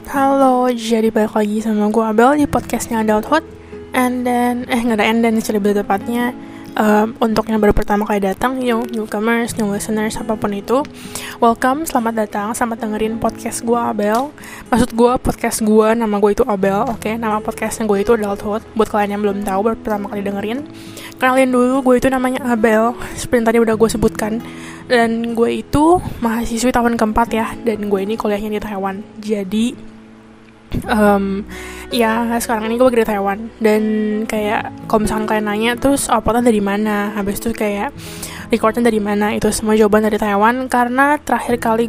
Halo, jadi balik lagi sama gue Abel di podcastnya Adulthood. Nggak ada lebih tepatnya untuk yang baru pertama kali datang, newcomers, new listeners, apapun itu, welcome, selamat datang, selamat dengerin podcast gue Abel. Maksud gue, podcast gue, nama gue itu Abel, oke? Nama podcastnya gue itu Adulthood. Buat kalian yang belum tahu, baru pertama kali dengerin, kenalin dulu, gue itu namanya Abel, seperti yang tadi udah gue sebutkan. Dan gue itu mahasiswi tahun keempat ya, dan gue ini kuliahnya di Taiwan. Jadi sekarang ini gue lagi di Taiwan. Dan kayak kalau misalkan kalian nanya terus outputnya dari mana, habis itu kayak recordnya dari mana, itu semua jawaban dari Taiwan. Karena terakhir kali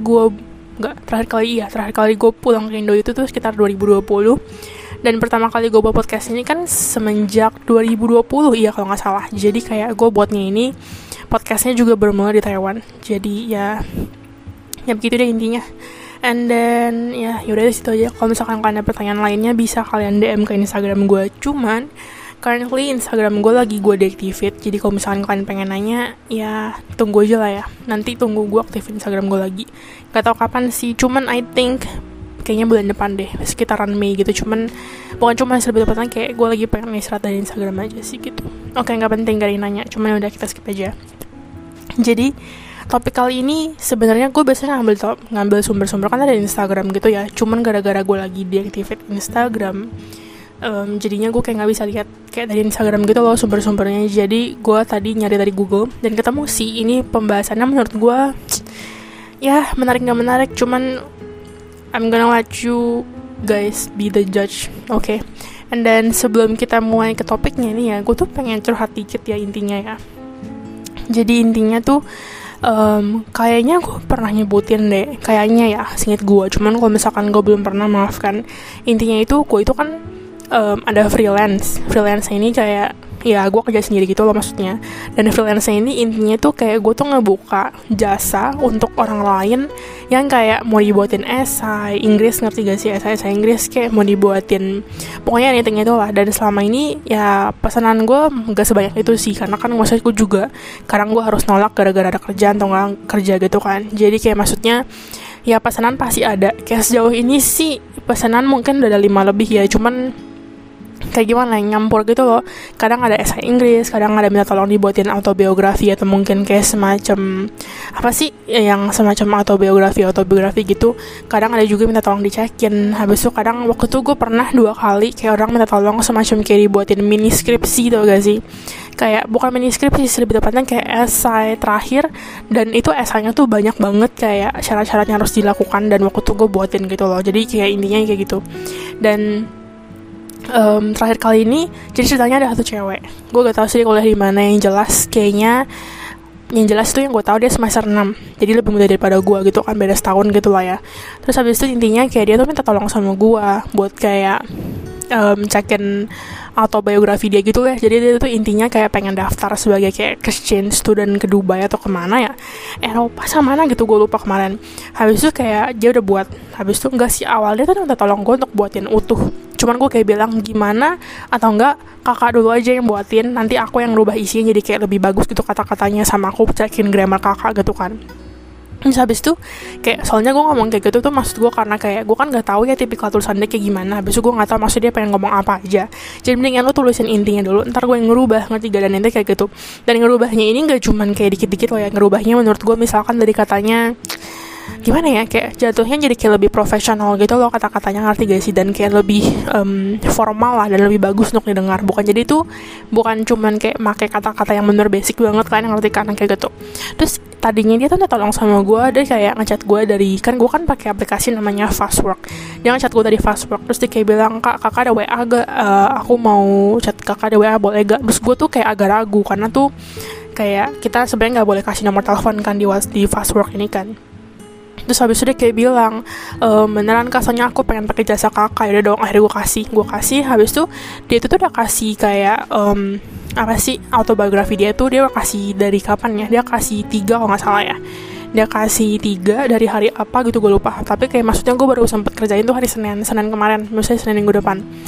gue pulang ke Indo itu tuh sekitar 2020. Dan pertama kali gue buat podcast ini kan semenjak 2020 iya kalau nggak salah. Jadi kayak gue buatnya ini, podcastnya juga bermula di Taiwan. Jadi ya begitu deh intinya. And then yaudah situ aja. Kalau misalkan kalian ada pertanyaan lainnya bisa kalian DM ke Instagram gue. Cuman currently Instagram gue lagi gue deactivate. Jadi kalau misalkan kalian pengen nanya, ya tunggu aja lah ya. Nanti tunggu gue aktifin Instagram gue lagi. Gak tau kapan sih. Cuman I think kayaknya bulan depan deh, sekitaran Mei gitu. Bukan cuma lebih tepatnya kayak gue lagi pengen istirahat dari Instagram aja sih gitu. Oke, gak penting, gak ada yang nanya. Cuman udah kita skip aja. Jadi topik kali ini sebenarnya gue biasanya ngambil sumber-sumber kan dari Instagram gitu ya. Cuman gara-gara gue lagi deactivate Instagram, jadinya gue kayak nggak bisa lihat kayak dari Instagram gitu loh sumber-sumbernya. Jadi gue tadi nyari dari Google dan ketemu sih ini pembahasannya menurut gue ya menarik nggak menarik. Cuman I'm gonna let you guys be the judge, okay? And then sebelum kita mulai ke topiknya nih ya, gue tuh pengen curhat dikit ya intinya ya. Jadi intinya tuh kayaknya gue pernah nyebutin deh, kayaknya ya seinget gue. Cuman kalau misalkan gue belum pernah, maafkan. Intinya itu gue itu kan ada freelance ini kayak ya gue kerja sendiri gitu loh maksudnya. Dan freelance ini intinya tuh kayak gue tuh ngebuka jasa untuk orang lain yang kayak mau dibuatin esai Inggris, ngerti gak sih esai Inggris, kayak mau dibuatin pokoknya anything itu lah. Dan selama ini ya pesanan gue gak sebanyak itu sih, karena kan maksudnya gue juga kadang gue harus nolak gara-gara ada kerjaan atau gak kerja gitu kan. Jadi kayak maksudnya ya pesanan pasti ada. Kayak sejauh ini sih pesanan mungkin udah ada 5 lebih ya, cuman kayak gimana nyampur gitu loh. Kadang ada esai Inggris, kadang ada minta tolong dibuatin autobiografi atau mungkin kayak semacam apa sih yang semacam autobiografi gitu. Kadang ada juga minta tolong dicekin. Habis itu kadang waktu itu gue pernah 2 kali kayak orang minta tolong semacam kayak dibuatin mini skripsi, tau gak sih? Kayak bukan mini skripsi, lebih tepatnya kayak esai terakhir. Dan itu esainya tuh banyak banget kayak syarat-syaratnya harus dilakukan, dan waktu itu gue buatin gitu loh. Jadi kayak intinya kayak gitu. Dan terakhir kali ini jadi ceritanya ada satu cewek, gue gak tahu sih dia kuliah di mana. Yang jelas itu yang gue tahu dia semester 6, jadi lebih muda daripada gue gitu kan, beda setahun gitu lah ya. Terus habis itu intinya kayak dia tuh minta tolong sama gue buat kayak cekin autobiografi dia gitu ya. Jadi dia tuh intinya kayak pengen daftar sebagai kayak exchange student ke Dubai atau kemana ya, Eropa sama mana gitu, gue lupa kemarin. Habis itu kayak dia udah buat, habis itu enggak sih, awalnya tuh minta tolong gue untuk buatin utuh. Cuman gue kayak bilang gimana atau enggak kakak dulu aja yang buatin, nanti aku yang rubah isinya jadi kayak lebih bagus gitu kata-katanya, sama aku cekin grammar kakak gitu kan. Terus habis itu kayak soalnya gue ngomong kayak gitu tuh maksud gue karena kayak gue kan gak tahu ya tipikal tulisannya kayak gimana. Habis itu gue gak tahu maksud dia pengen ngomong apa aja. Jadi mendingan lo tulisin intinya dulu, ntar gue yang ngerubah, ngerti gak? Dan nanti kayak gitu. Dan ngerubahnya ini gak cuman kayak dikit-dikit loh ya. Ngerubahnya menurut gue misalkan dari katanya gimana ya, kayak jatuhnya jadi kayak lebih profesional gitu loh kata-katanya, ngerti gak sih? Dan kayak lebih formal lah dan lebih bagus untuk didengar. Bukan cuman kayak make kata-kata yang bener basic banget kan, yang ngerti kan kayak gitu. Terus tadinya dia tuh minta tolong sama gue, dia kayak ngechat gue dari, kan gue kan pakai aplikasi namanya Fastwork. Dia ngechat gue dari Fastwork, terus dia kayak bilang, kakak ada WA gak? Aku mau chat kakak ada WA, boleh gak? Terus gue tuh kayak agak ragu karena tuh kayak kita sebenarnya nggak boleh kasih nomor telepon kan di Fastwork ini kan. Terus habis itu dia kayak bilang, beneran kasanya aku pengen pakai jasa kakak. Yaudah dong, akhirnya gue kasih. Habis itu dia tuh udah kasih kayak autobiografi dia tuh dia kasih dari kapan ya, dia kasih 3 kalau nggak salah ya. Dia kasih 3 dari hari apa gitu, gue lupa. Tapi kayak maksudnya gue baru sempet kerjain tuh hari Senin kemarin. Maksudnya Senin minggu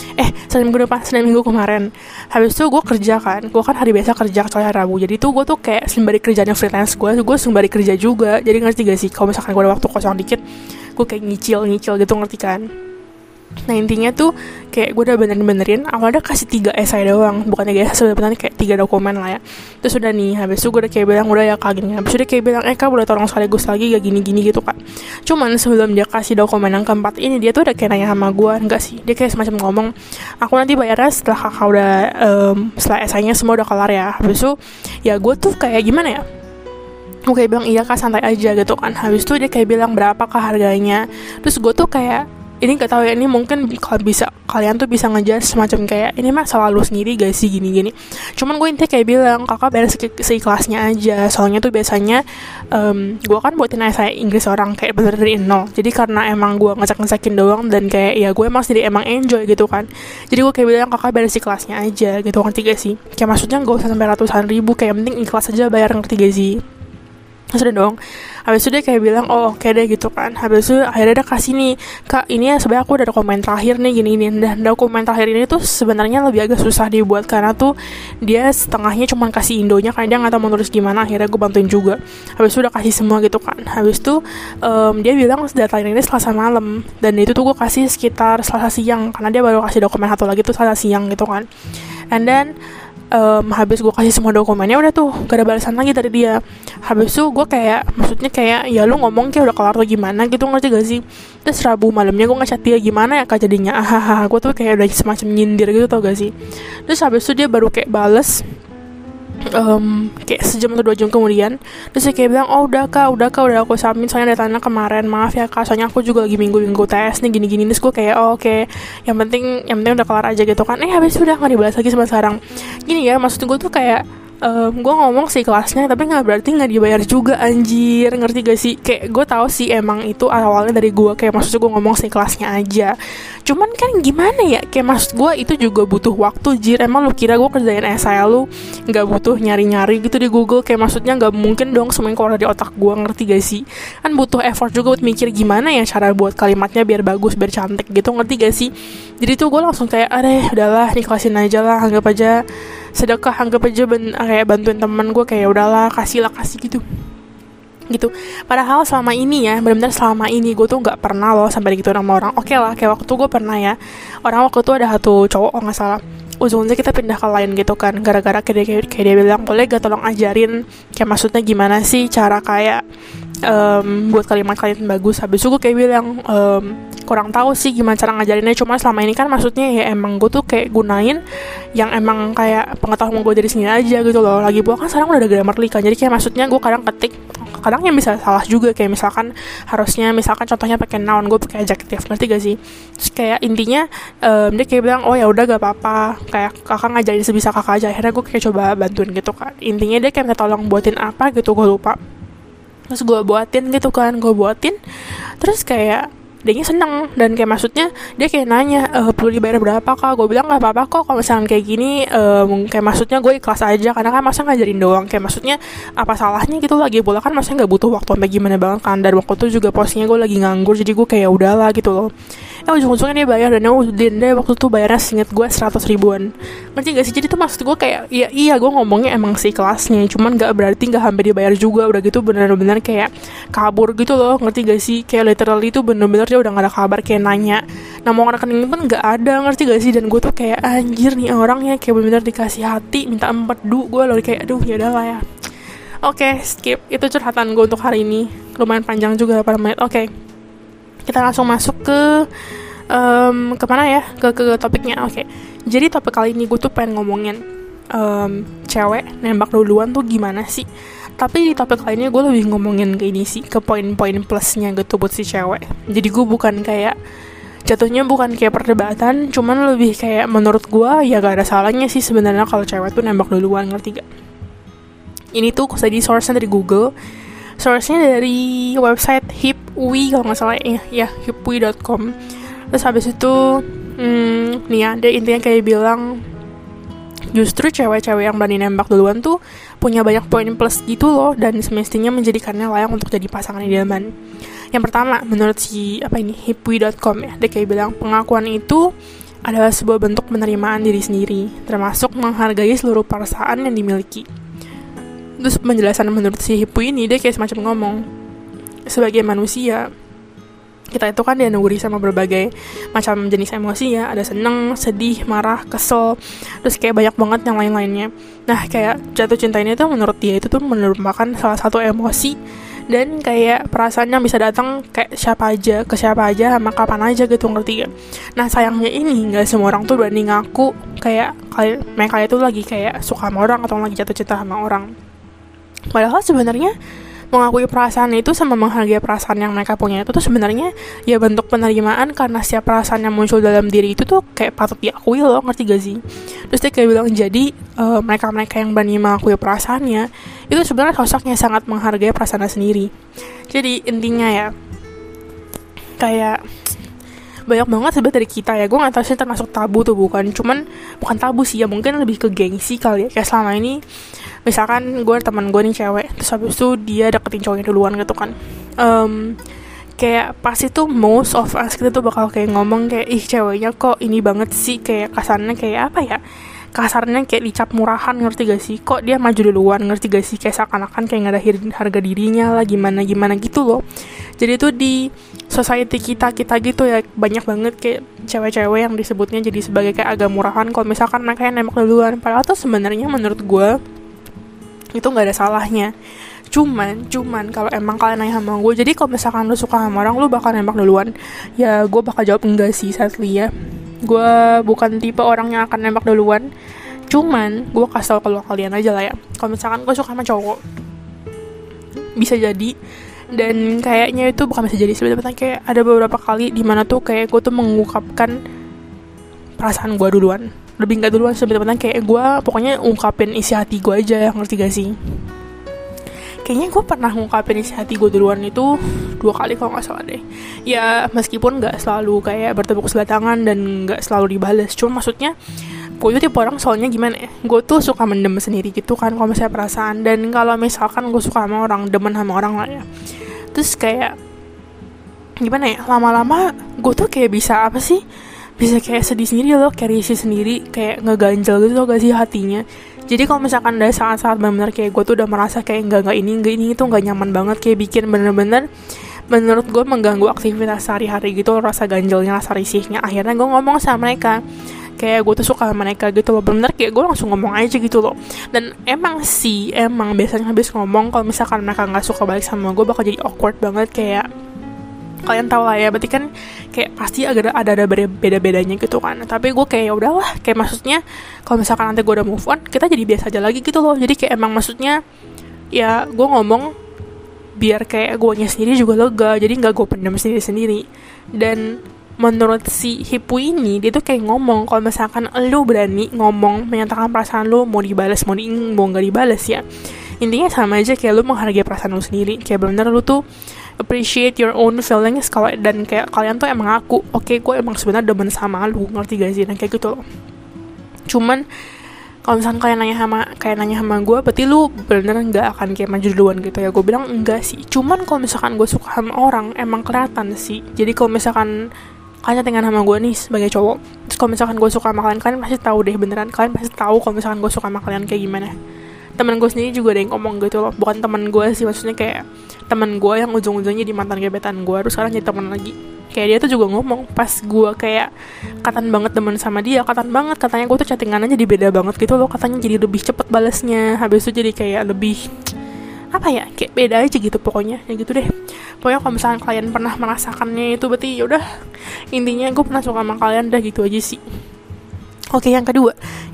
kemarin. Habis itu gue kerja kan. Gue kan hari biasa kerja kecuali hari Rabu. Jadi tuh gue tuh kayak sembari kerjanya freelance gue sembari kerja juga. Jadi ngerti gak sih, kalau misalkan gue ada waktu kosong dikit, gue kayak nyicil gitu, ngerti kan. Nah intinya tuh kayak gue udah benerin awalnya kasih 3 esai doang, bukan 3 esai sebenarnya, kayak 3 dokumen lah ya. Terus udah nih, habis itu gue udah kayak bilang udah ya Kak gini, habis itu dia kayak bilang Kak boleh tolong sekaligus lagi gak gini-gini gitu Kak. Cuman sebelum dia kasih dokumen yang keempat ini, dia tuh udah kayak nanya sama gue, enggak sih, dia kayak semacam ngomong aku nanti bayarnya setelah kakak udah setelah esainya semua udah kelar ya. Habis itu ya gue tuh kayak gimana ya, gue kayak bilang iya Kak santai aja gitu kan. Habis itu dia kayak bilang berapa Kak harganya. Terus gue tuh kayak ini gak tahu ya, ini mungkin kalau bisa kalian tuh bisa ngejudge semacam kayak ini mah selalu sendiri gak sih gini-gini. Cuman gue intinya kayak bilang kakak bayar seikhlasnya aja. Soalnya tuh biasanya gue kan buatin esai Inggris orang kayak bener dari nol. Jadi karena emang gue ngecek-ngecekin doang dan kayak ya gue emang sendiri emang enjoy gitu kan. Jadi gue kayak bilang kakak bayar seikhlasnya aja gitu, ngerti gak sih? Kayak maksudnya gak usah sampai ratusan ribu, kayak penting ikhlas aja bayar, ngerti gak sih? Sudah dong. Habis itu dia kayak bilang oh oke deh gitu kan. Habis itu akhirnya dia kasih nih Kak ini ya sebenarnya aku ada dokumen terakhir nih gini-gini. Dan dokumen terakhir ini tuh sebenarnya lebih agak susah dibuat karena tuh dia setengahnya cuma kasih indonya karena dia nggak tahu mau nulis gimana. Akhirnya gue bantuin juga. Habis itu udah kasih semua gitu kan. Habis itu dia bilang data ini Selasa malam, dan itu tuh gue kasih sekitar Selasa siang karena dia baru kasih dokumen satu lagi tuh Selasa siang gitu kan. And then habis gue kasih semua dokumennya udah tuh gak ada balasan lagi dari dia. Habis itu gue kayak maksudnya kayak ya lu ngomong kayak udah kelar atau gimana gitu, ngerti gak sih? Terus Rabu malamnya gue ngechat dia gimana ya Kak jadinya, gue tuh kayak udah semacam nyindir gitu tau gak sih. Terus habis itu dia baru kayak bales kayak sejam atau 2 jam kemudian. Terus dia kayak bilang oh udah kak udah aku submit soalnya datanya kemarin, maaf ya Kak soalnya aku juga lagi minggu tes nih gini-gini. Terus gue kayak oh oke. Yang penting udah kelar aja gitu kan. Habis itu udah gak dibalas lagi sama sekarang. Gini ya, maksud gue tuh kayak gue ngomong sih kelasnya tapi nggak berarti nggak dibayar juga anjir, ngerti gak sih? Kayak gue tahu sih emang itu awalnya dari gue kayak maksudnya gue ngomong sih kelasnya aja, cuman kan gimana ya, kayak maksud gue itu juga butuh waktu jir. Emang lu kira gue kerjain esai lu nggak butuh nyari-nyari gitu di Google? Kayak maksudnya nggak mungkin dong semuanya keluar dari otak gue, ngerti gak sih? Kan butuh effort juga buat mikir gimana ya cara buat kalimatnya biar bagus biar cantik gitu, ngerti gak sih? Jadi tuh gue langsung kayak udahlah nikhlasin aja lah, anggap aja sedekah, anggap aja kayak bantuin temen gue, kayak udahlah kasih gitu. Padahal selama ini ya, benar-benar selama ini gue tuh nggak pernah loh sampai gitu sama orang. Oke lah, kayak waktu gue pernah ya, orang waktu itu ada satu cowok nggak salah, ujungnya kita pindah ke lain gitu kan, gara-gara kayak dia bilang boleh gak tolong ajarin kayak maksudnya gimana sih cara kayak buat kalimat-kalimat bagus. Habis itu gue kayak bilang kurang tahu sih gimana cara ngajarinnya, cuma selama ini kan maksudnya ya emang gue tuh kayak gunain yang emang kayak pengetahuan gue dari sini aja gitu loh. Lagi pula kan sekarang udah ada Grammarly kan, jadi kayak maksudnya gue kadang ketik, kadang yang bisa salah juga, kayak misalkan harusnya misalkan contohnya pakai noun, gue pakai adjective, ngerti gak sih? Terus kayak intinya dia kayak bilang oh ya udah gak apa-apa, kayak kakak ngajarin sebisa kakak aja. Akhirnya gue kayak coba bantuin gitu kan. Intinya dia kayak minta tolong buatin apa gitu, gue lupa. Terus gue buatin gitu kan, terus kayak dia seneng, dan kayak maksudnya dia kayak nanya perlu dibayar berapa Kak? Gue bilang nggak apa-apa kok kalau misalnya kayak gini, kayak maksudnya gue ikhlas aja karena kan masa ngajarin doang, kayak maksudnya apa salahnya gitu. Lagi pula kan maksudnya nggak butuh waktu sampai gimana banget kan, dan waktu itu juga posisinya gue lagi nganggur, jadi gue kayak udahlah gitu loh. Ujung-ujungnya dia bayar, dan dia waktu itu bayarnya seinget gue 100 ribuan, ngerti gak sih? Jadi tuh maksud gue kayak ya iya gue ngomongnya emang sih kelasnya, cuman nggak berarti nggak hampir dibayar juga. Udah gitu bener-bener kayak kabur gitu loh, ngerti gak sih? Kayak literally itu bener-bener dia udah gak ada kabar, kayak nanya nomor rekening pun gak ada, ngerti gak sih? Dan gue tuh kayak anjir nih orangnya kayak bener-bener dikasih hati minta empedu. Gue loh kayak aduh ya udahlah ya. Oke, skip. Itu curhatan gue untuk hari ini, lumayan panjang juga 8 menit. Oke, kita langsung masuk ke kemana ya, ke topiknya. Oke, jadi topik kali ini gue tuh pengen ngomongin cewek nembak duluan tuh gimana sih. Tapi di topik kali ini gue lebih ngomongin ke ini sih, ke poin-poin plusnya gitu buat si cewek. Jadi gue bukan kayak jatuhnya bukan kayak perdebatan, cuman lebih kayak menurut gue ya gak ada salahnya sih sebenarnya kalau cewek tuh nembak duluan, ngerti gak? Ini tuh tadi source-nya dari Google, source-nya dari website Hipwi kalau nggak salah ya hipwi.com. Terus habis itu nih ya, dia intinya kayak bilang justru cewek-cewek yang berani nembak duluan tuh punya banyak poin plus gitu loh, dan semestinya menjadikannya layak untuk jadi pasangan idaman. Yang pertama, menurut si hipwi.com ya, dia kayak bilang pengakuan itu adalah sebuah bentuk penerimaan diri sendiri, termasuk menghargai seluruh perasaan yang dimiliki. Terus penjelasan menurut si Hipwi ini, dia kayak semacam ngomong, sebagai manusia kita itu kan dianugerahi sama berbagai macam jenis emosi ya, ada seneng, sedih, marah, kesel, terus kayak banyak banget yang lain-lainnya. Nah kayak jatuh cinta ini tuh menurut dia itu tuh merupakan salah satu emosi dan kayak perasaan yang bisa datang kayak ke siapa aja sama kapan aja gitu, ngerti gak? Nah sayangnya ini nggak semua orang tuh berani ngaku kayak mereka itu lagi kayak suka sama orang atau lagi jatuh cinta sama orang. Padahal sebenarnya mengakui perasaan itu sama menghargai perasaan yang mereka punya itu tuh sebenarnya ya bentuk penerimaan, karena setiap perasaan yang muncul dalam diri itu tuh kayak patut diakui loh, ngerti gak sih? Terus dia kayak bilang jadi mereka-mereka yang berani mengakui perasaannya itu sebenarnya sosok yang sangat menghargai perasaannya sendiri. Jadi intinya ya kayak banyak banget sebenarnya dari kita ya, gue nggak tahu sih termasuk tabu tuh bukan tabu sih ya, mungkin lebih ke gengsi kali ya. Kayak selama ini misalkan teman gue nih cewek, terus habis itu dia deketin cowoknya duluan gitu kan, kayak pasti tuh most of us kita tuh bakal kayak ngomong kayak ih ceweknya kok ini banget sih, kayak kasarnya kayak apa ya, kasarnya kayak dicap murahan, ngerti gak sih? Kok dia maju duluan, ngerti gak sih? Kayak seakan-akan kayak nggak ada harga dirinya lah, gimana gitu loh. Jadi tuh di society kita gitu ya, banyak banget kayak cewek-cewek yang disebutnya jadi sebagai kayak agak murahan kalau misalkan mereka yang nembak duluan. Padahal tuh sebenarnya menurut gue itu nggak ada salahnya. Cuman kalau emang kalian nanya sama gue, jadi kalau misalkan lu suka sama orang, lu bakal nembak duluan? Ya gue bakal jawab enggak sih, sadly ya. Gue bukan tipe orang yang akan nembak duluan. Cuman gue kasih tau kalau kalian aja lah ya, kalau misalkan gue suka sama cowok, bisa jadi, dan kayaknya itu bukan bisa jadi sebenarnya, kayak ada beberapa kali dimana tuh kayak gue tuh mengungkapkan perasaan gue duluan. Lebih nggak duluan sebenarnya, kayak gue pokoknya ungkapin isi hati gue aja, ngerti gak sih? Kayaknya gue pernah ngungkapin isi hati gue duluan itu 2 kali kalau nggak salah deh. Ya meskipun nggak selalu kayak bertepuk sebelah tangan dan nggak selalu dibales, cuma maksudnya gue itu tipe orang soalnya gimana ya, gue tuh suka mendem sendiri gitu kan kalau misalnya perasaan. Dan kalau misalkan gue suka sama orang, demen sama orang lah ya, terus kayak gimana ya, lama-lama gue tuh kayak bisa kayak sedih sendiri loh, kayak risih sendiri, kayak ngeganjel gitu gak sih hatinya. Jadi kalau misalkan ada saat-saat benar-benar kayak gue tuh udah merasa kayak enggak ini itu nggak nyaman banget, kayak bikin bener-bener menurut gue mengganggu aktivitas sehari-hari gitu, rasa ganjelnya, rasa risihnya. Akhirnya gue ngomong sama mereka, kayak gue tuh suka sama mereka gitu loh, bener kayak gue langsung ngomong aja gitu loh. Dan emang biasanya habis ngomong, kalau misalkan mereka nggak suka balik sama gue, bakal jadi awkward banget. Kayak kalian tahu lah ya, berarti kan kayak pasti ada beda-bedanya gitu kan. Tapi gue kayak ya udahlah, kayak maksudnya kalau misalkan nanti gue udah move on, kita jadi biasa aja lagi gitu loh. Jadi kayak emang maksudnya ya gue ngomong biar kayak guanya sendiri juga lega, jadi nggak gue pendam sendiri. Dan menurut si Hipu ini, dia tuh kayak ngomong kalau misalkan lu berani ngomong menyatakan perasaan lu, mau dibales mau nggak dibales ya, intinya sama aja kayak lu menghargai perasaan lu sendiri. Kayak bener lu tuh appreciate your own feelings, dan kayak kalian tuh emang ngaku, oke, gue emang sebenarnya demen sama lu, ngerti gak sih? Nah kayak gitu loh. Cuman kalau misalkan kalian nanya sama gue, berarti lu bener nggak akan kayak maju duluan gitu ya? Gue bilang enggak sih. Cuman kalau misalkan gue suka sama orang, emang kelihatan sih. Jadi kalau misalkan kalian chattingan sama gue nih sebagai cowok, terus kalau misalkan gue suka sama kalian pasti tahu deh, beneran kalian pasti tahu kalau misalkan gue suka sama kalian kayak gimana. Temen gue sendiri juga ada yang ngomong gitu loh, bukan temen gue sih, maksudnya kayak temen gue yang ujung-ujungnya di mantan gebetan gue, terus sekarang jadi temen lagi. Kayak dia tuh juga ngomong pas gue kayak katan banget demen sama dia, katanya gue tuh chattingan aja jadi beda banget gitu loh, katanya jadi lebih cepet balesnya, habis itu jadi kayak lebih apa ya, kayak beda aja gitu pokoknya, ya gitu deh. Pokoknya kalau misalnya kalian pernah merasakannya itu, berarti yaudah, intinya gue pernah suka sama kalian, dah gitu aja sih. Oke, yang kedua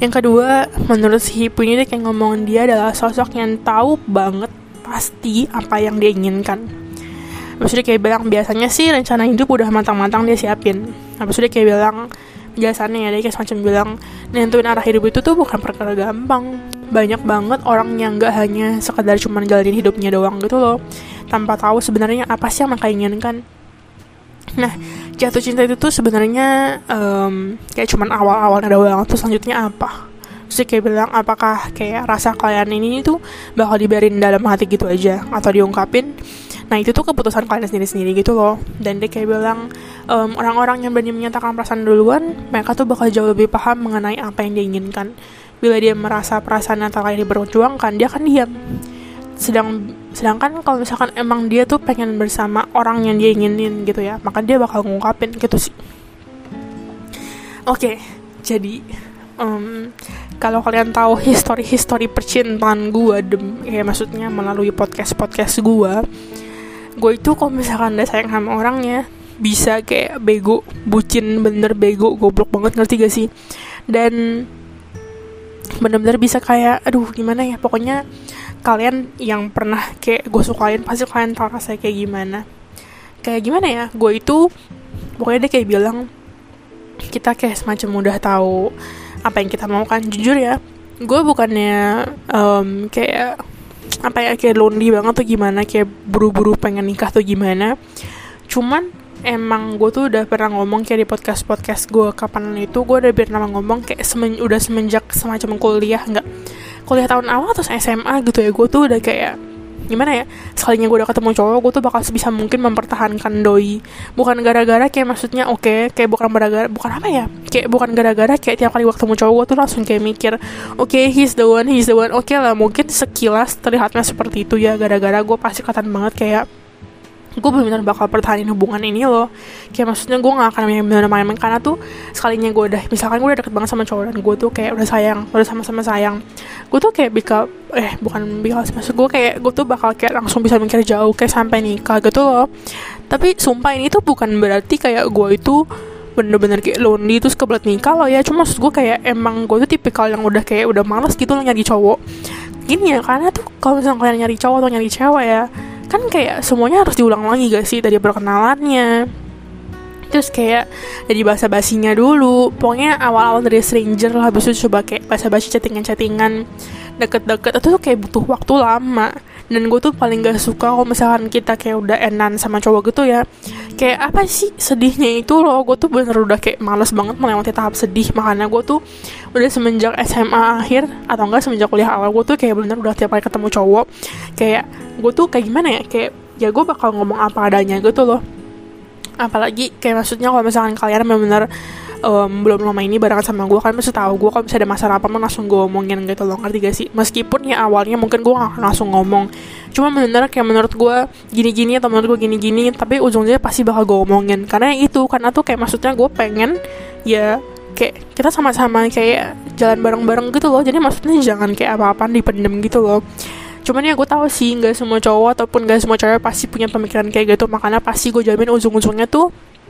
menurut si Hipu ini, dia kayak ngomongin dia adalah sosok yang tahu banget pasti apa yang dia inginkan. Habis itu dia kayak bilang biasanya sih rencana hidup udah matang-matang dia siapin. Habis itu dia kayak bilang biasanya ya, dia kayak semacam bilang nentuin arah hidup itu tuh bukan perkara gampang. Banyak banget orang yang gak hanya sekedar cuma jalanin hidupnya doang gitu loh, tanpa tahu sebenarnya apa sih yang mereka inginkan. Nah, jatuh cinta itu tuh sebenarnya kayak cuman awal-awalnya doang, terus selanjutnya apa? Terus dia kayak bilang, apakah kayak rasa kalian ini tuh bakal dibiarin dalam hati gitu aja, atau diungkapin? Nah, itu tuh keputusan kalian sendiri-sendiri gitu loh. Dan dia kayak bilang, orang-orang yang berani menyatakan perasaan duluan, mereka tuh bakal jauh lebih paham mengenai apa yang dia inginkan. Bila dia merasa perasaan yang telah diperjuangkan, dia akan diam. sedangkan kalau misalkan emang dia tuh pengen bersama orang yang dia inginin gitu ya, maka dia bakal ngungkapin gitu sih. Oke, jadi kalau kalian tahu histori percintaan gue, kayak maksudnya melalui podcast gue itu kalau misalkan udah sayang sama orangnya bisa kayak bego, bucin, bener bego, goblok banget, ngerti gak sih? Dan bener-bener bisa kayak, aduh gimana ya, pokoknya kalian yang pernah kayak gue sukain pasti kalian tahu rasanya kayak gimana ya. Gue itu pokoknya dia kayak bilang kita kayak semacam udah tahu apa yang kita mau kan. Jujur ya, gue bukannya kayak apa ya, kayak lonely banget tuh gimana, kayak buru-buru pengen nikah tuh gimana. Cuman emang gue tuh udah pernah ngomong kayak di podcast gue kapan itu, gue udah pernah ngomong kayak udah semenjak semacam kuliah tahun awal atau SMA gitu ya, gue tuh udah kayak gimana ya, sekalinya gue udah ketemu cowok, gue tuh bakal sebisa mungkin mempertahankan doi. Bukan gara-gara kayak maksudnya kayak bukan gara-gara kayak tiap kali gue ketemu cowok gue tuh langsung kayak mikir he's the one. Oke lah, mungkin sekilas terlihatnya seperti itu ya, gara-gara gue pasti kelihatan banget kayak gue benar-benar bakal pertahanin hubungan ini loh. Kayak maksudnya gue gak akan benar-benar main-main, karena tuh sekalinya gue udah, misalkan gue udah deket banget sama cowok dan gue tuh kayak udah sama-sama sayang, gue tuh kayak maksud gue kayak gue tuh bakal kayak langsung bisa mikir jauh kayak sampai nikah gitu loh. Tapi sumpah ini tuh bukan berarti kayak gue itu bener-bener kayak lonely terus kebelet nikah loh ya. Cuma maksud gue kayak emang gue tuh tipikal yang udah malas gitu loh nyari cowok gini ya, karena tuh kalau misalnya kalian nyari cowok atau nyari cewek ya, kan kayak semuanya harus diulang lagi gak sih, dari perkenalannya, terus kayak dari basa-basinya dulu, pokoknya awal-awal dari stranger lah, habis itu coba kayak basa-basi chattingan deket-deket, itu tuh kayak butuh waktu lama. Dan gue tuh paling gak suka kalau misalkan kita kayak udah enan sama cowok gitu ya, kayak apa sih sedihnya itu loh. Gue tuh bener udah kayak males banget melewati tahap sedih. Makanya gue tuh udah semenjak SMA akhir atau enggak semenjak kuliah awal, gue tuh kayak bener udah tiap kali ketemu cowok kayak gue tuh kayak gimana ya, kayak ya gue bakal ngomong apa adanya gitu loh. Apalagi kayak maksudnya kalau misalkan kalian bener-bener belum lama ini barengan sama gue, kan mesti tahu gue kalau misalnya ada masalah apa langsung gue omongin gitu loh, ngerti gak sih? Meskipun ya awalnya mungkin gue gak langsung ngomong, cuma bener-bener kayak menurut gue gini-gini atau menurut gue gini-gini, tapi ujungnya pasti bakal gue omongin. Karena tuh kayak maksudnya gue pengen ya kayak kita sama-sama kayak jalan bareng-bareng gitu loh. Jadi maksudnya jangan kayak apa-apaan dipendem gitu loh. Cuman ya gue tahu sih gak semua cowok ataupun gak semua cewek pasti punya pemikiran kayak gitu. Makanya pasti gue jamin ujung-ujungnya tuh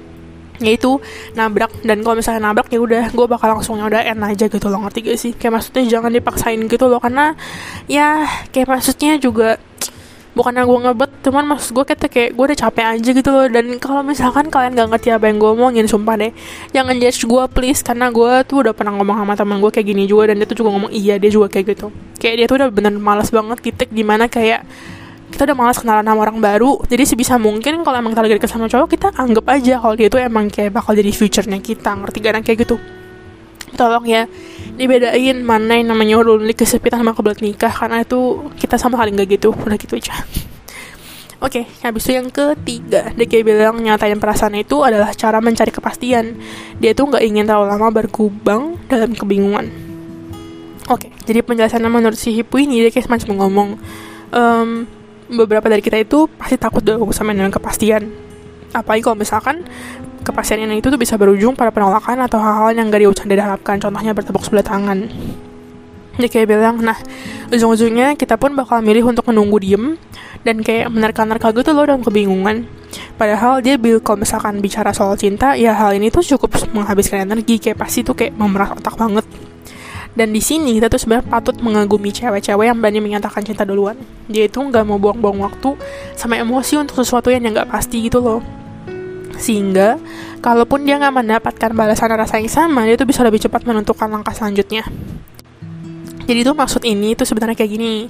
yaitu nabrak. Dan kalau misalnya nabrak ya udah, gue bakal langsung udah end aja gitu loh, ngerti gak sih? Kayak maksudnya jangan dipaksain gitu loh, karena ya kayak maksudnya juga bukannya gue ngebet, cuman maksud gue kayak gue udah capek aja gitu loh. Dan kalau misalkan kalian gak ngerti apa yang gue omongin, sumpah deh jangan judge gue please, karena gue tuh udah pernah ngomong sama teman gue kayak gini juga, dan dia tuh juga ngomong iya dia juga kayak gitu. Kayak dia tuh udah bener malas banget titik dimana kayak kita udah malas kenalan sama orang baru. Jadi sebisa mungkin kalau emang kita lagi deket sama cowok, kita anggap aja kalau dia tuh emang kayak bakal jadi future-nya kita, ngerti gak? Kayak gitu. Tolong ya dibedain mana yang namanya lonely, kesepitan, sama kebelet nikah, karena itu kita sama kali gak gitu. Udah gitu aja. Oke, habis itu yang ketiga, dia kayak bilang nyatain perasaan itu adalah cara mencari kepastian. Dia tuh gak ingin terlalu lama berkubang dalam kebingungan. Oke, jadi penjelasannya menurut si Hipu ini, dia kayak semacam ngomong beberapa dari kita itu pasti takut dong sama dengan kepastian. Apalagi kalau misalkan kepastian itu tuh bisa berujung pada penolakan atau hal-hal yang gak diharapkan. Contohnya bertepuk sebelah tangan. Dia kayak bilang, nah ujung-ujungnya kita pun bakal milih untuk menunggu diem dan kayak menerka-nerka gitu loh dalam kebingungan. Padahal dia kalau misalkan bicara soal cinta, ya hal ini tuh cukup menghabiskan energi, kayak pasti tuh kayak memeras otak banget. Dan di sini kita tuh sebenarnya patut mengagumi cewek-cewek yang berani menyatakan cinta duluan. Dia itu nggak mau buang-buang waktu sama emosi untuk sesuatu yang nggak pasti gitu loh. Sehingga kalaupun dia nggak mendapatkan balasan rasa yang sama, dia tuh bisa lebih cepat menentukan langkah selanjutnya. Jadi tuh maksud ini tuh sebenarnya kayak gini.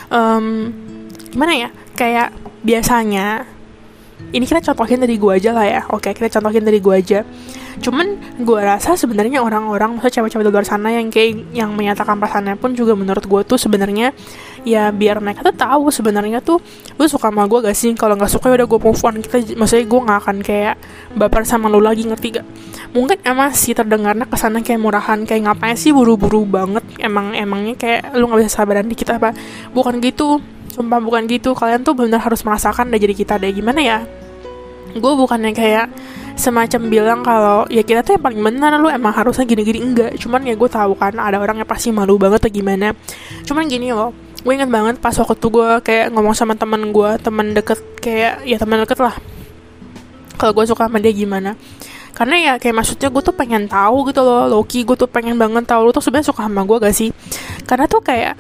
Gimana ya? Kayak biasanya ini kita contohin dari gue aja lah ya. Oke, kita contohin dari gue aja. Cuman gue rasa sebenarnya orang-orang, maksudnya cewek-cewek di luar sana yang menyatakan perasaannya pun juga menurut gue tuh sebenarnya ya biar mereka tuh tahu sebenarnya tuh lu suka sama gue gak sih. Kalau nggak suka ya udah gue move on. Maksudnya gue nggak akan kayak baper sama lu lagi, ngerti gak? Mungkin emang sih terdengarnya kesana kayak murahan, kayak ngapain sih buru-buru banget. Emangnya kayak lu nggak bisa sabaran dikit apa? Bukan gitu. Sumpah bukan gitu, kalian tuh benar harus merasakan deh jadi kita deh. Gimana ya, gue bukannya kayak semacam bilang kalau ya kita tuh yang paling benar, lu emang harusnya gini-gini, enggak. Cuman ya gue tahu kan ada orang yang pasti malu banget atau gimana. Cuman gini loh, gue inget banget pas waktu tuh gue kayak ngomong sama teman gue, teman deket, kayak ya teman deket lah, kalau gue suka sama dia gimana. Karena ya kayak maksudnya gue tuh pengen tahu gitu loh, Loki, gue tuh pengen banget tahu lu tuh sebenarnya suka sama gue gak sih. Karena tuh kayak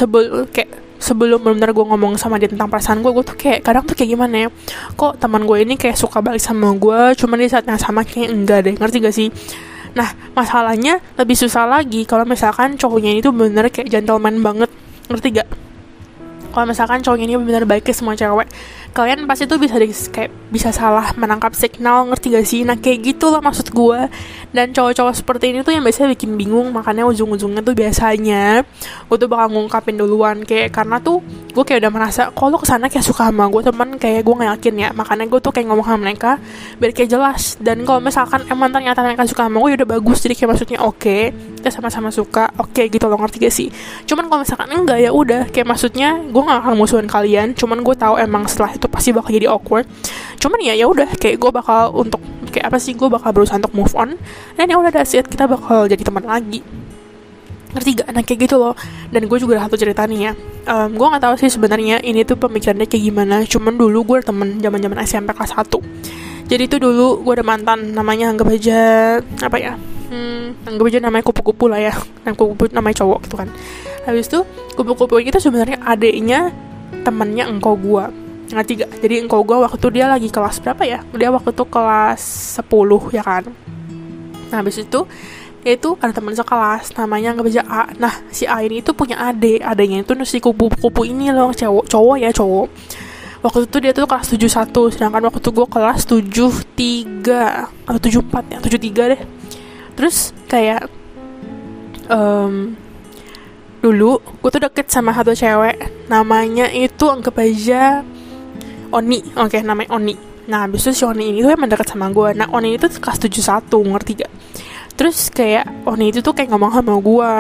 sebelum benar-benar gue ngomong sama dia tentang perasaan gue tuh kayak kadang tuh kayak gimana ya, kok teman gue ini kayak suka balik sama gue, cuman di saat yang sama kayak enggak deh, ngerti gak sih? Nah masalahnya lebih susah lagi kalau misalkan cowoknya ini tuh bener kayak gentleman banget, ngerti gak? Kalau misalkan cowoknya ini benar baik ke semua cewek, kalian pasti tuh kayak bisa salah menangkap signal, ngerti gak sih? Nah kayak gitu loh maksud gue. Dan cowok-cowok seperti ini tuh yang biasanya bikin bingung, makanya ujung-ujungnya tuh biasanya gue tuh bakal ngungkapin duluan, kayak karena tuh gue kayak udah merasa kalau kesana kayak suka sama gue, teman kayak gue gak yakin ya, makanya gue tuh kayak ngomong sama mereka biar kayak jelas. Dan kalau misalkan emang ternyata mereka suka sama gue, ya udah bagus, jadi kayak maksudnya oke, kita sama-sama suka, oke gitu loh, ngerti gak sih? Cuman kalau misalkan enggak, ya udah kayak maksudnya gue gak akan musuhin kalian, cuman gue tahu emang setelah itu pasti bakal jadi awkward. Cuman ya udah kayak gue bakal untuk kayak apa sih, gue bakal berusaha untuk move on, dan ya udah that's it, kita bakal jadi teman lagi, ngerti gak? Nah kayak gitu loh. Dan gue juga ada satu cerita nih ya, gue nggak tahu sih sebenarnya ini tuh pemikirannya kayak gimana, cuman dulu gue temen zaman SMP kelas 1. Jadi tuh dulu gue ada mantan, namanya anggap aja apa ya, anggap aja namanya kupu-kupu lah ya, dan kupu-kupu namanya cowok gitu kan. Habis itu kupu-kupu itu sebenarnya adiknya temennya engkau gue, ngerti gak? Jadi engkau gue waktu itu dia lagi kelas berapa ya, dia waktu itu kelas 10 ya kan. Nah habis itu dia itu ada teman sekelas namanya anggap aja A. Nah si A ini tuh punya adanya itu si kupu-kupu ini loh, cowok. Waktu itu dia tuh kelas 71, sedangkan waktu itu gue kelas 73 atau 74 ya, 73 deh. Terus kayak dulu gue tuh deket sama satu cewek, namanya itu anggap aja Oni, oke, namanya Oni. Nah habis itu si Oni ini tuh emang deket sama gue. Nah Oni itu kelas 71, ngerti gak? Terus kayak Oni itu tuh kayak ngomong sama gue,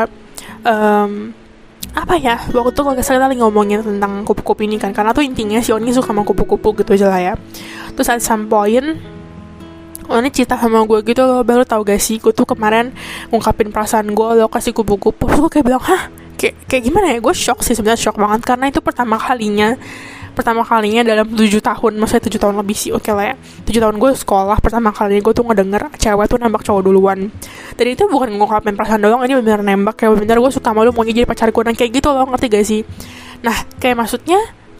apa ya, waktu itu kalau kita lagi ngomongin tentang kupu-kupu ini kan, karena tuh intinya si Oni suka sama kupu-kupu gitu aja lah ya. Terus at some point Oni cerita sama gue gitu loh, baru tau gak sih, gue tuh kemarin ngungkapin perasaan gue lo kasih kupu-kupu. Terus gue kayak bilang, hah? Kayak gimana ya? Gue shock sih sebenarnya, shock banget, karena itu pertama kalinya dalam 7 tahun, maksudnya 7 tahun lebih sih, oke lah ya, 7 tahun gue sekolah, pertama kalinya gue tuh ngedenger cewek tuh nembak cowok duluan. Dan itu bukan ngungkapin perasaan doang, ini bener nembak, kayak bener gue suka sama lu, mau jadi pacar gue, dan kayak gitu loh, ngerti gak sih? Nah kayak maksudnya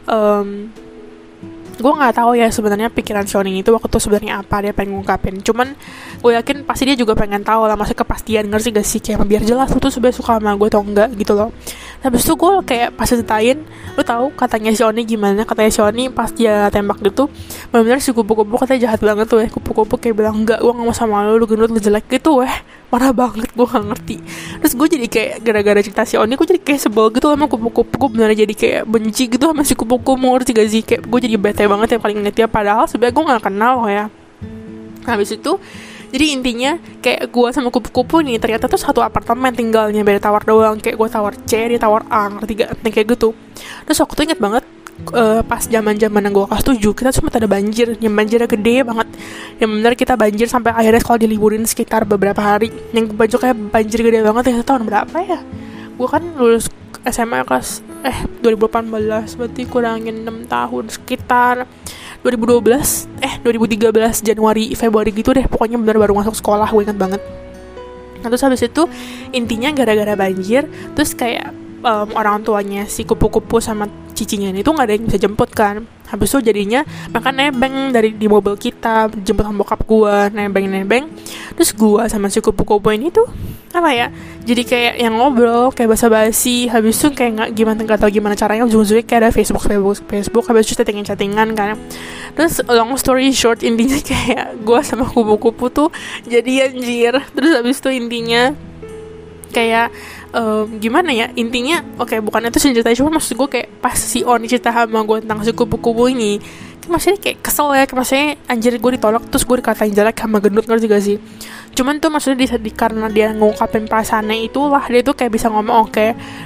gue nggak tahu ya sebenarnya pikiran Sioning itu waktu itu sebenarnya apa dia pengen ngungkapin. Cuman gue yakin pasti dia juga pengen tahu lah, maksudnya kepastian, ngerti gak sih, kayak biar jelas lu tuh sebenarnya suka sama gue atau enggak gitu loh. Habis itu gue kayak pas ceritain, lu tahu katanya Sioning gimana? Katanya Sioning pas dia tembak gitu, benar-benar si kupu-kupu katanya jahat banget tuh ya. Kupu-kupu kayak bilang, enggak, gue nggak mau sama lu gendut, lu jelek gitu parah banget, gue gak ngerti. Terus gue jadi kayak gara-gara cerita si Oni, gue jadi kayak sebel gitu sama kupu-kupu. Gue bener jadi kayak benci gitu sama si kupu-kupu, ngerti gak sih? Kayak gue jadi bete banget yang paling inget dia, padahal sebenarnya gue gak kenal loh ya. Habis itu jadi intinya kayak gue sama kupu-kupu nih ternyata tuh satu apartemen tinggalnya, beda tawar doang. Kayak gue tawar C, dia tawar A, ngerti gak? Kayak gitu. Terus waktu itu inget banget, pas zaman-zaman gue kelas 7 kita sempat ada banjir, yang banjirnya gede banget, yang benar kita banjir sampai akhirnya sekolah diliburin sekitar beberapa hari. Yang baju kayak banjir gede banget ya, tahun berapa ya, gue kan lulus SMA kelas 2018, berarti kurangin 6 tahun, sekitar 2013 Januari Februari gitu deh, pokoknya benar baru masuk sekolah, gue ingat banget. Nah terus habis itu intinya gara-gara banjir, terus kayak orang tuanya si kupu-kupu sama cicinya itu nggak ada yang bisa jemput kan. Habis itu jadinya makan nebeng di mobil kita, jemput sama bokap gue, nebeng. Terus gue sama si kupu-kupu ini tuh apa ya, jadi kayak yang ngobrol kayak basa-basi. Habis itu kayak nggak tahu gimana caranya, ujung-ujungnya kayak ada Facebook. Habis itu chattingan kan. Terus long story short, intinya kayak gue sama kupu-kupu tuh jadi anjir. Terus habis itu intinya kayak gimana ya, intinya bukan itu ceritanya, cuma maksud gue kayak pas si Oni cerita sama gue tentang si kupu-kupu ini, kan maksudnya kayak kesel ya, kayak maksudnya anjir gue ditolak terus gue dikatain jelek sama gendut, ngerti gak sih? Cuman tuh maksudnya karena dia ngungkapin perasaannya itulah, dia tuh kayak bisa ngomong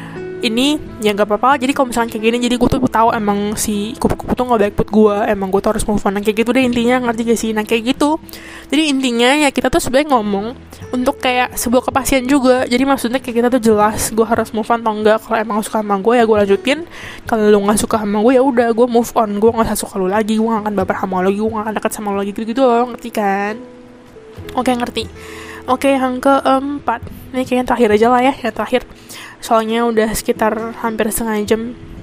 ini ya nggak apa-apa. Jadi kalau misalkan kayak gini, jadi gue tuh tahu emang si kupu-kupu tuh nggak baik buat gue, emang gue tuh harus move on. Nah, kayak gitu deh intinya, ngerti gak sih? Nah kayak gitu. Jadi intinya ya kita tuh sebenarnya ngomong untuk kayak sebuah kepastian juga. Jadi maksudnya kayak kita tuh jelas gue harus move on atau enggak. Kalau emang suka sama gue ya gue lanjutin, kalau lu nggak suka sama gue ya udah gue move on, gue nggak usah suka lu lagi, gue nggak akan baper sama lu lagi, gue nggak akan dekat sama lu lagi, gitu loh, ngerti kan? Oke, ngerti. Oke, yang keempat, ini kayaknya terakhir aja lah ya, yang terakhir, soalnya udah sekitar hampir setengah jam.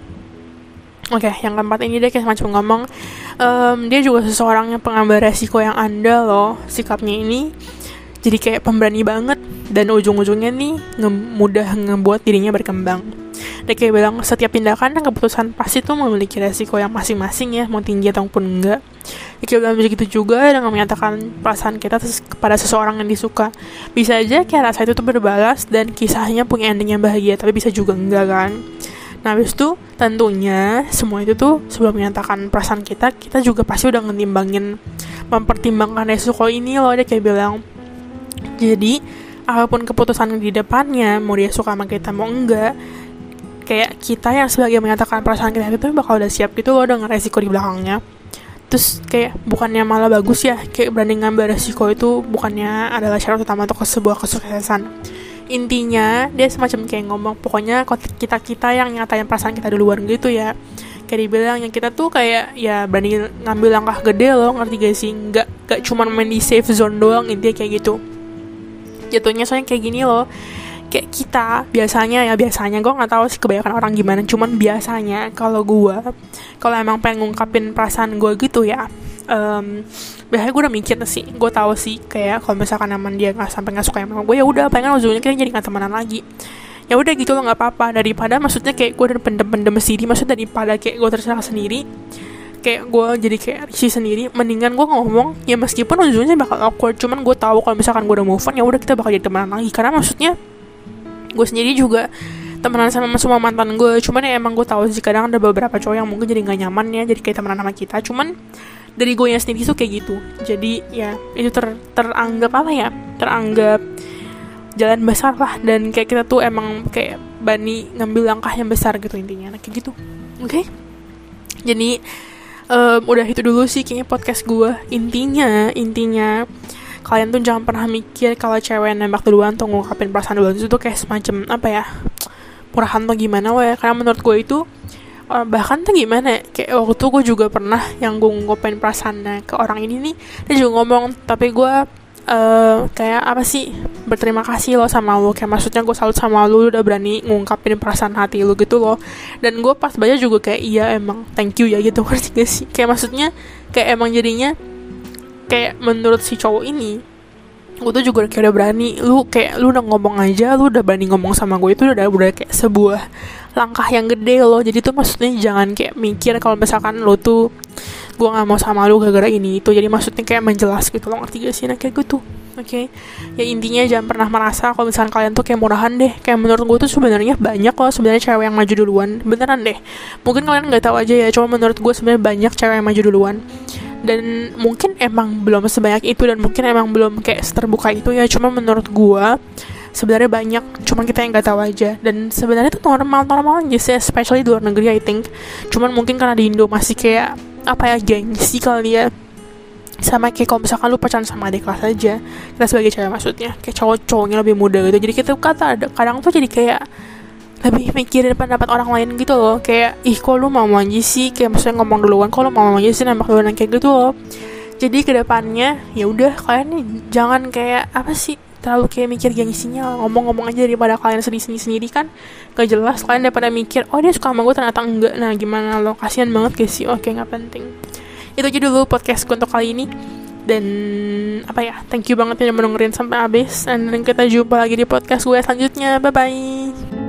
Oke, yang keempat ini dia kayak semacam ngomong, dia juga seseorang yang pengambil resiko yang andal loh, sikapnya ini jadi kayak pemberani banget, dan ujung-ujungnya nih mudah ngebuat dirinya berkembang. Dia kayak bilang setiap tindakan dan keputusan pasti tuh memiliki resiko yang masing-masing ya, mau tinggi ataupun enggak. Dia kayak bilang begitu juga dengan menyatakan perasaan kita kepada seseorang yang disuka. Bisa aja kayak rasa itu tuh berbalas dan kisahnya punya ending yang bahagia, tapi bisa juga enggak kan. Nah, habis itu tentunya semua itu tuh sebelum menyatakan perasaan kita juga pasti udah mempertimbangkan resiko ini loh. Dia kayak bilang, jadi apapun keputusan di depannya, mau dia suka sama kita mau enggak, kayak kita yang sebagai menyatakan perasaan kita itu bakal udah siap gitu loh dengan resiko di belakangnya. Terus kayak bukannya malah bagus ya, kayak berani ngambil resiko itu bukannya adalah syarat utama untuk sebuah kesuksesan. Intinya dia semacam kayak ngomong, pokoknya kita yang nyatain perasaan kita duluan gitu ya. Kayak dibilang yang kita tuh kayak ya berani ngambil langkah gede loh, ngerti gak sih? Gak cuma main di safe zone doang, intinya kayak gitu. Jatuhnya soalnya kayak gini loh, kayak kita biasanya gue nggak tahu sih kebanyakan orang gimana, cuman biasanya kalau emang pengen ngungkapin perasaan gue gitu ya, biasanya gue udah mikir sih, gue tahu sih kayak kalau misalkan emang dia nggak suka sama gue, ya udah pengen ujungnya kita jadi nggak temenan lagi, ya udah gitu loh, nggak apa-apa, daripada maksudnya kayak gue udah pendem sendiri, maksudnya daripada kayak gue terserah sendiri, kayak gue jadi kayak risih sendiri, mendingan gue ngomong ya meskipun ujungnya bakal awkward, cuman gue tahu kalau misalkan gue udah move on ya udah kita bakal jadi temenan lagi. Karena maksudnya gue sendiri juga temenan sama semua mantan gue, cuman ya emang gue tahu sih kadang ada beberapa cowok yang mungkin jadi nggak nyaman ya jadi kayak temenan sama kita, cuman dari gue yang sendiri tuh kayak gitu. Jadi ya itu teranggap jalan besar lah, dan kayak kita tuh emang kayak berani ngambil langkah yang besar gitu intinya. Nah kayak gitu. Oke? Jadi udah itu dulu sih kayaknya podcast gue. Intinya kalian tuh jangan pernah mikir kalau cewek nembak duluan atau ngungkapin perasaan duluan itu tuh kayak semacam apa ya, murahan atau gimana ya. Karena menurut gue itu bahkan tuh gimana, kayak waktu gue juga pernah yang gue ngungkapin perasaannya ke orang ini nih, dia juga ngomong, tapi gue kayak apa sih, berterima kasih lo sama lo, kayak maksudnya gue salut sama lo udah berani ngungkapin perasaan hati lo gitu loh. Dan gue pas baca juga kayak iya emang thank you ya gitu, ngerti gak sih? Kayak maksudnya kayak emang jadinya kayak menurut si cowok ini, gue tuh juga kayak udah berani, lu udah ngomong aja, lu udah berani ngomong sama gue, itu udah kayak sebuah langkah yang gede loh. Jadi tuh maksudnya jangan kayak mikir kalau misalkan lu tuh gue nggak mau sama lu gara-gara ini itu, jadi maksudnya kayak menjelas gitu loh, ngerti gak sih? Nah kayak gitu. Oke. Ya intinya jangan pernah merasa kalau misalkan kalian tuh kayak murahan deh. Kayak menurut gue tuh sebenarnya banyak loh sebenarnya cewek yang maju duluan, beneran deh. Mungkin kalian nggak tahu aja ya, cuma menurut gue sebenarnya banyak cewek yang maju duluan, dan mungkin emang belum sebanyak itu, dan mungkin emang belum kayak terbuka itu ya. Cuma menurut gue sebenarnya banyak, cuma kita yang nggak tahu aja. Dan sebenarnya itu normal aja sih, especially di luar negeri I think. Cuman mungkin karena di Indo masih kayak apa ya, gengsi kali ya. Sama kayak kalau misalkan lu pacaran sama adik kelas aja, kita sebagai cewek maksudnya, kayak cowoknya lebih muda gitu, jadi kita kadang tuh jadi kayak lebih mikirin pendapat orang lain gitu loh. Kayak ih kok lu mau aja sih, kayak maksudnya ngomong duluan, kok lu mau aja sih nembak duluan, kayak gitu loh. Jadi kedepannya ya udah kalian nih jangan kayak apa sih, terlalu kayak mikir gengsinya, ngomong aja daripada kalian sedih sendiri kan gak jelas. Kalian daripada mikir oh dia suka sama gue ternyata enggak, nah gimana lo, kasian banget guys sih. Oke, nggak penting. Itu aja dulu podcastku untuk kali ini, dan apa ya, thank you banget yang mendengerin sampai habis, dan kita jumpa lagi di podcast gue selanjutnya. Bye bye.